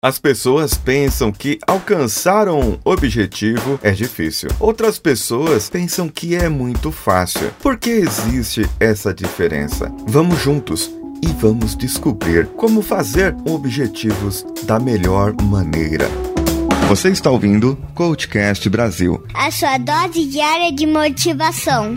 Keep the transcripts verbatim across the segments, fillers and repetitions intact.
As pessoas pensam que alcançar um objetivo é difícil. Outras pessoas pensam que é muito fácil. Por que existe essa diferença? Vamos juntos e vamos descobrir como fazer objetivos da melhor maneira. Você está ouvindo Coachcast Brasil, a sua dose diária de motivação.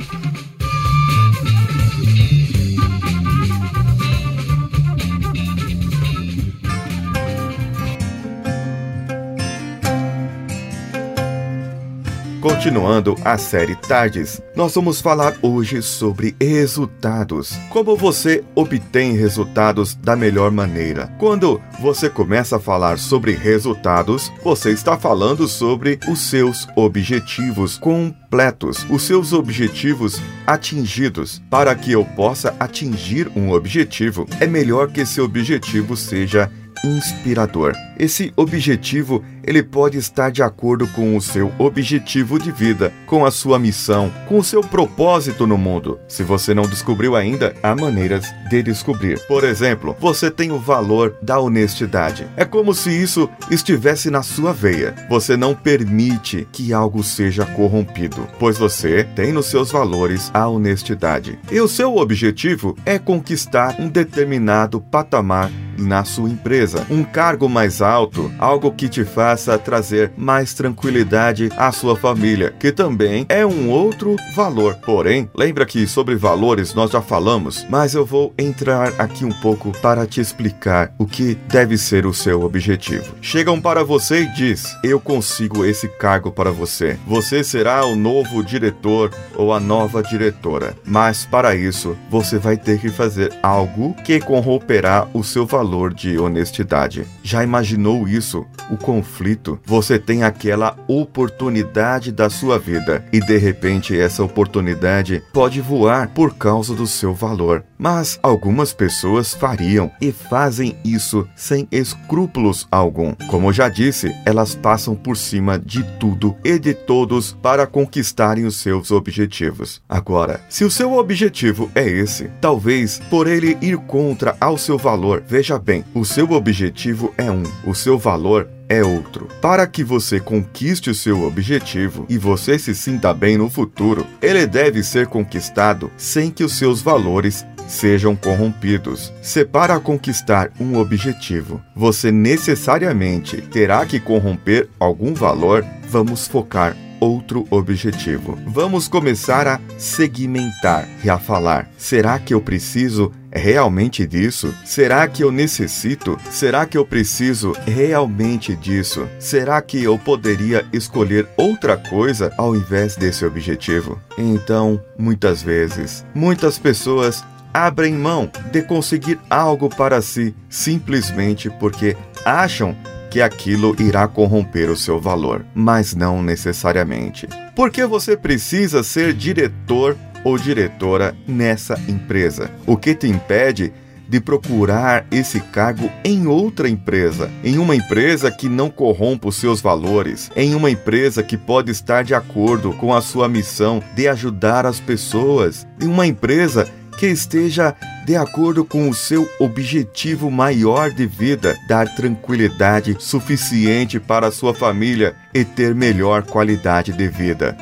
Continuando a série Tardes, nós vamos falar hoje sobre resultados. Como você obtém resultados da melhor maneira? Quando você começa a falar sobre resultados, você está falando sobre os seus objetivos completos, os seus objetivos atingidos. Para que eu possa atingir um objetivo, é melhor que esse objetivo seja inspirador. Esse objetivo, ele pode estar de acordo com o seu objetivo de vida, com a sua missão, com o seu propósito no mundo. Se você não descobriu ainda, há maneiras de descobrir. Por exemplo, você tem o valor da honestidade. É como se isso estivesse na sua veia. Você não permite que algo seja corrompido, pois você tem nos seus valores a honestidade. E o seu objetivo é conquistar um determinado patamar na sua empresa, um cargo mais alto, algo que te faça trazer mais tranquilidade à sua família, que também é um outro valor. Porém, lembra que sobre valores nós já falamos, mas eu vou entrar aqui um pouco para te explicar o que deve ser o seu objetivo. Chegam para você e diz: eu consigo esse cargo para você. Você será o novo diretor ou a nova diretora. Mas para isso, você vai ter que fazer algo que corromperá o seu valor valor de honestidade. Já imaginou isso? O conflito? Você tem aquela oportunidade da sua vida e de repente essa oportunidade pode voar por causa do seu valor. Mas algumas pessoas fariam e fazem isso sem escrúpulos algum. Como já disse, elas passam por cima de tudo e de todos para conquistarem os seus objetivos. Agora, se o seu objetivo é esse, talvez por ele ir contra ao seu valor, veja bem, o seu objetivo é um, o seu valor é outro. Para que você conquiste o seu objetivo e você se sinta bem no futuro, ele deve ser conquistado sem que os seus valores sejam corrompidos. Se para conquistar um objetivo, você necessariamente terá que corromper algum valor, vamos focar outro objetivo. Vamos começar a segmentar e a falar: será que eu preciso realmente disso? Será que eu necessito? Será que eu preciso realmente disso? Será que eu poderia escolher outra coisa ao invés desse objetivo? Então, muitas vezes, muitas pessoas abrem mão de conseguir algo para si simplesmente porque acham que aquilo irá corromper o seu valor, mas não necessariamente. Porque você precisa ser diretor ou diretora nessa empresa? O que te impede de procurar esse cargo em outra empresa, em uma empresa que não corrompa os seus valores, em uma empresa que pode estar de acordo com a sua missão de ajudar as pessoas, em uma empresa que esteja de acordo com o seu objetivo maior de vida, dar tranquilidade suficiente para a sua família e ter melhor qualidade de vida.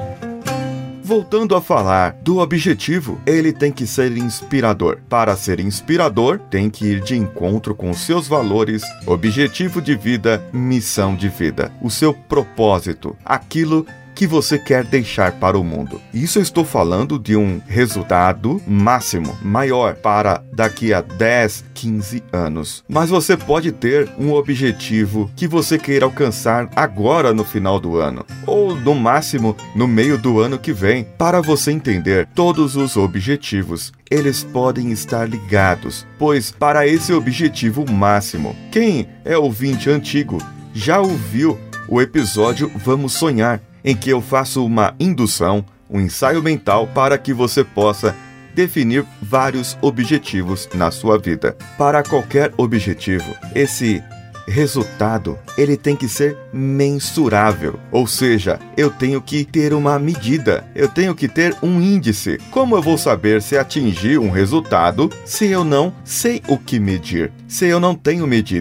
Voltando a falar do objetivo, ele tem que ser inspirador. Para ser inspirador, tem que ir de encontro com os seus valores, objetivo de vida, missão de vida, o seu propósito, aquilo que você quer deixar para o mundo. Isso eu estou falando de um resultado máximo, maior, para daqui a dez, quinze anos. Mas você pode ter um objetivo que você queira alcançar agora no final do ano, ou no máximo no meio do ano que vem. Para você entender, todos os objetivos, eles podem estar ligados, pois para esse objetivo máximo, quem é ouvinte antigo já ouviu o episódio Vamos Sonhar, em que eu faço uma indução, um ensaio mental para que você possa definir vários objetivos na sua vida. Para qualquer objetivo, esse resultado, ele tem que ser mensurável, ou seja, eu tenho que ter uma medida, eu tenho que ter um índice. Como eu vou saber se atingi um resultado se eu não sei o que medir, se eu não tenho medidas?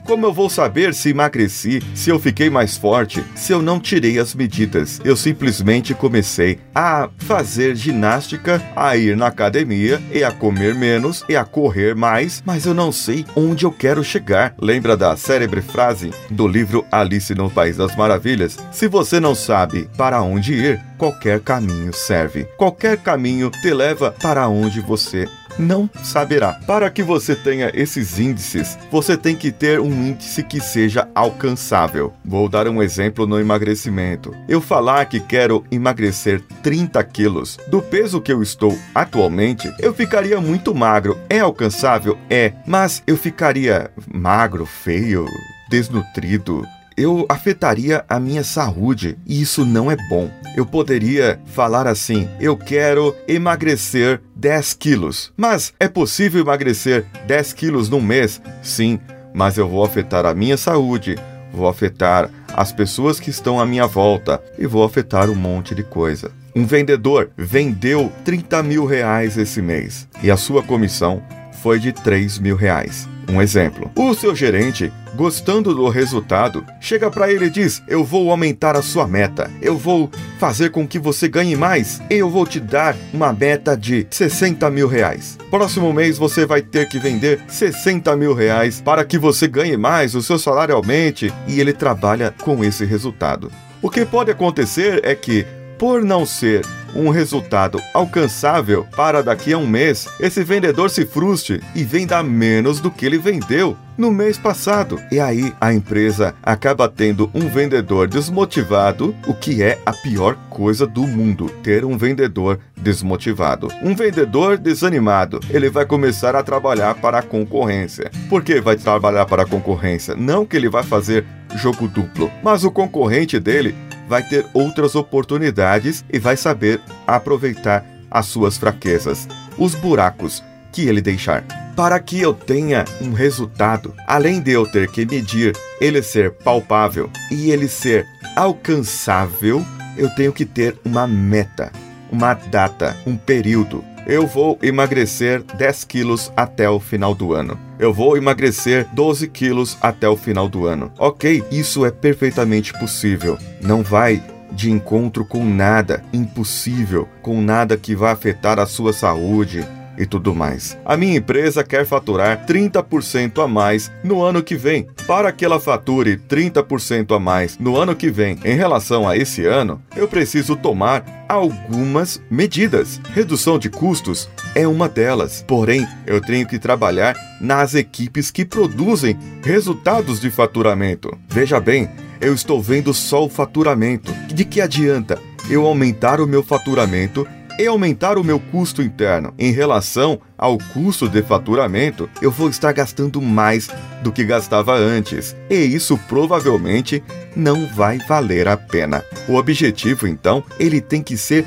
Como eu vou saber se emagreci, se eu fiquei mais forte, se eu não tirei as medidas? Eu simplesmente comecei a fazer ginástica, a ir na academia e a comer menos e a correr mais, mas eu não sei onde eu quero chegar. Lembra da célebre frase do livro Alice no País das Maravilhas? Se você não sabe para onde ir, qualquer caminho serve. Qualquer caminho te leva para onde você não saberá. Para que você tenha esses índices, você tem que ter um índice que seja alcançável. Vou dar um exemplo no emagrecimento. Eu falar que quero emagrecer trinta quilos do peso que eu estou atualmente, eu ficaria muito magro. É alcançável? É. Mas eu ficaria magro, feio, desnutrido. Eu afetaria a minha saúde e isso não é bom. Eu poderia falar assim: eu quero emagrecer dez quilos. Mas é possível emagrecer dez quilos num mês? Sim, mas eu vou afetar a minha saúde, vou afetar as pessoas que estão à minha volta e vou afetar um monte de coisa. Um vendedor vendeu trinta mil reais esse mês e a sua comissão foi de três mil reais. Um exemplo. O seu gerente, gostando do resultado, chega para ele e diz: eu vou aumentar a sua meta, eu vou fazer com que você ganhe mais, e eu vou te dar uma meta de sessenta mil reais. Próximo mês você vai ter que vender sessenta mil reais para que você ganhe mais, o seu salário aumente, e ele trabalha com esse resultado. O que pode acontecer é que, por não ser um resultado alcançável para daqui a um mês, esse vendedor se frustre e venda menos do que ele vendeu no mês passado. E aí a empresa acaba tendo um vendedor desmotivado, o que é a pior coisa do mundo, ter um vendedor desmotivado. Um vendedor desanimado, ele vai começar a trabalhar para a concorrência. Por que vai trabalhar para a concorrência? Não que ele vai fazer jogo duplo, mas o concorrente dele vai ter outras oportunidades e vai saber aproveitar as suas fraquezas, os buracos que ele deixar. Para que eu tenha um resultado, além de eu ter que medir, ele ser palpável e ele ser alcançável, eu tenho que ter uma meta, uma data, um período. Eu vou emagrecer dez quilos até o final do ano. Eu vou emagrecer doze quilos até o final do ano. Ok, isso é perfeitamente possível. Não vai de encontro com nada impossível, com nada que vá afetar a sua saúde e tudo mais. A minha empresa quer faturar trinta por cento a mais no ano que vem. Para que ela fature trinta por cento a mais no ano que vem em relação a esse ano, eu preciso tomar algumas medidas. Redução de custos é uma delas. Porém, eu tenho que trabalhar nas equipes que produzem resultados de faturamento. Veja bem, eu estou vendo só o faturamento. De que adianta eu aumentar o meu faturamento e aumentar o meu custo interno? Em relação ao custo de faturamento, eu vou estar gastando mais do que gastava antes, e isso provavelmente não vai valer a pena. O objetivo, então, ele tem que ser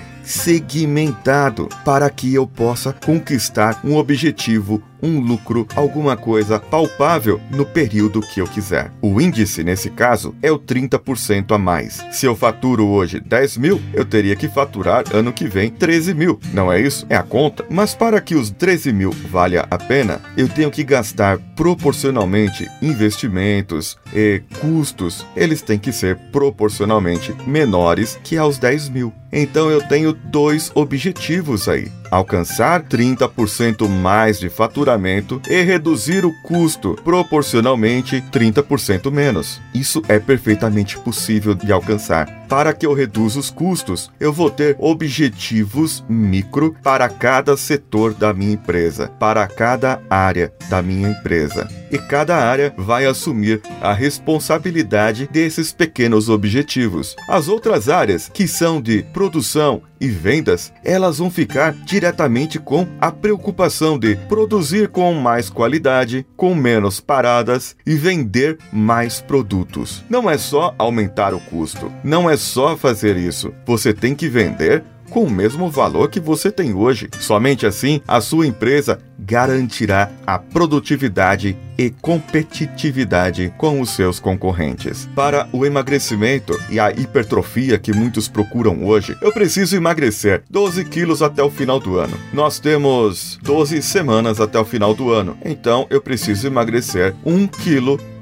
segmentado para que eu possa conquistar um objetivo, um lucro, alguma coisa palpável no período que eu quiser. O índice, nesse caso, é o trinta por cento a mais. Se eu faturo hoje dez mil, eu teria que faturar ano que vem treze mil. Não é isso? É a conta. Mas para que os treze mil valha a pena, eu tenho que gastar proporcionalmente investimentos e custos. Eles têm que ser proporcionalmente menores que aos dez mil. Então eu tenho dois objetivos aí: alcançar trinta por cento mais de faturamento e reduzir o custo proporcionalmente trinta por cento menos. Isso é perfeitamente possível de alcançar. Para que eu reduza os custos, eu vou ter objetivos micro para cada setor da minha empresa, para cada área da minha empresa. E cada área vai assumir a responsabilidade desses pequenos objetivos. As outras áreas, que são de produção e vendas, elas vão ficar diretamente com a preocupação de produzir com mais qualidade, com menos paradas e vender mais produtos. Não é só aumentar o custo, não é só fazer isso. Você tem que vender com o mesmo valor que você tem hoje. Somente assim a sua empresa garantirá a produtividade e competitividade com os seus concorrentes. Para o emagrecimento e a hipertrofia que muitos procuram hoje, eu preciso emagrecer doze quilos até o final do ano. Nós temos doze semanas até o final do ano, então eu preciso emagrecer um quilo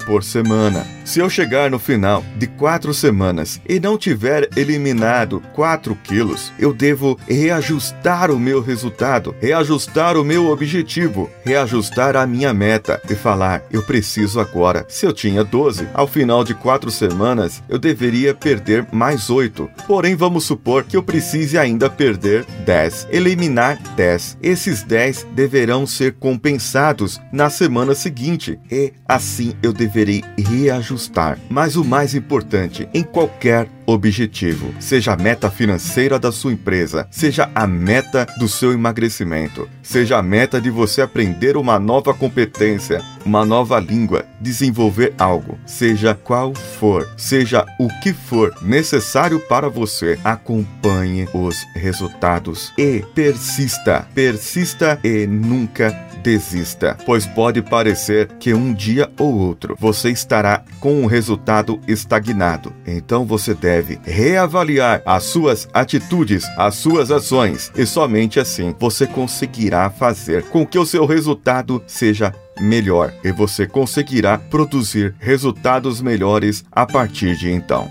por semana. Se eu chegar no final de quatro semanas e não tiver eliminado quatro quilos, eu devo reajustar o meu resultado, reajustar o meu objetivo, reajustar a minha meta e falar, eu preciso agora. Se eu tinha doze, ao final de quatro semanas, eu deveria perder mais oito. Porém, vamos supor que eu precise ainda perder dez, eliminar dez. Esses dez deverão ser compensados na semana seguinte e assim eu deverei reajustar. Mas o mais importante, em qualquer objetivo, seja a meta financeira da sua empresa, seja a meta do seu emagrecimento, seja a meta de você aprender uma nova competência, uma nova língua, desenvolver algo, seja qual for, seja o que for necessário para você, acompanhe os resultados e persista, persista e nunca desista, pois pode parecer que um dia ou outro você estará com um resultado estagnado. Então você deve reavaliar as suas atitudes, as suas ações, e somente assim você conseguirá fazer com que o seu resultado seja melhor e você conseguirá produzir resultados melhores a partir de então.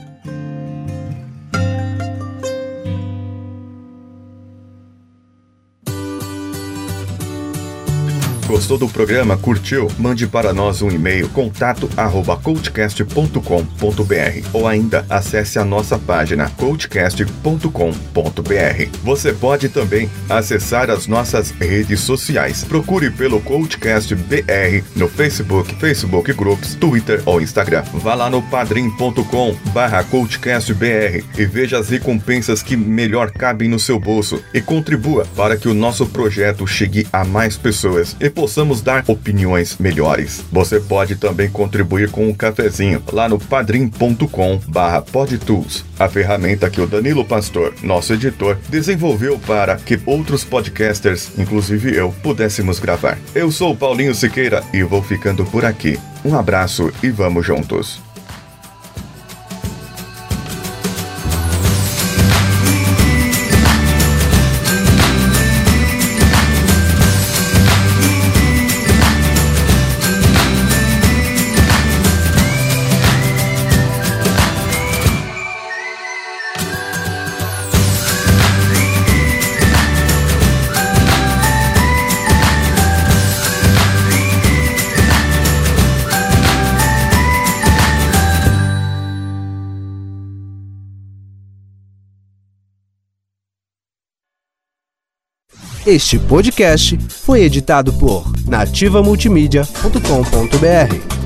Gostou do programa? Curtiu? Mande para nós um e-mail, contato arroba coachcast ponto com ponto br ou ainda acesse a nossa página coachcast ponto com ponto br. Você pode também acessar as nossas redes sociais. Procure pelo Coachcast B R no Facebook, Facebook Groups, Twitter ou Instagram. Vá lá no padrim ponto com barra coachcast B R e veja as recompensas que melhor cabem no seu bolso e contribua para que o nosso projeto chegue a mais pessoas e possamos dar opiniões melhores. Você pode também contribuir com um cafezinho lá no padrim ponto com barra podtools, a ferramenta que o Danilo Pastor, nosso editor, desenvolveu para que outros podcasters, inclusive eu, pudéssemos gravar. Eu sou o Paulinho Siqueira e vou ficando por aqui. Um abraço e vamos juntos. Este podcast foi editado por nativa multimídia ponto com ponto br.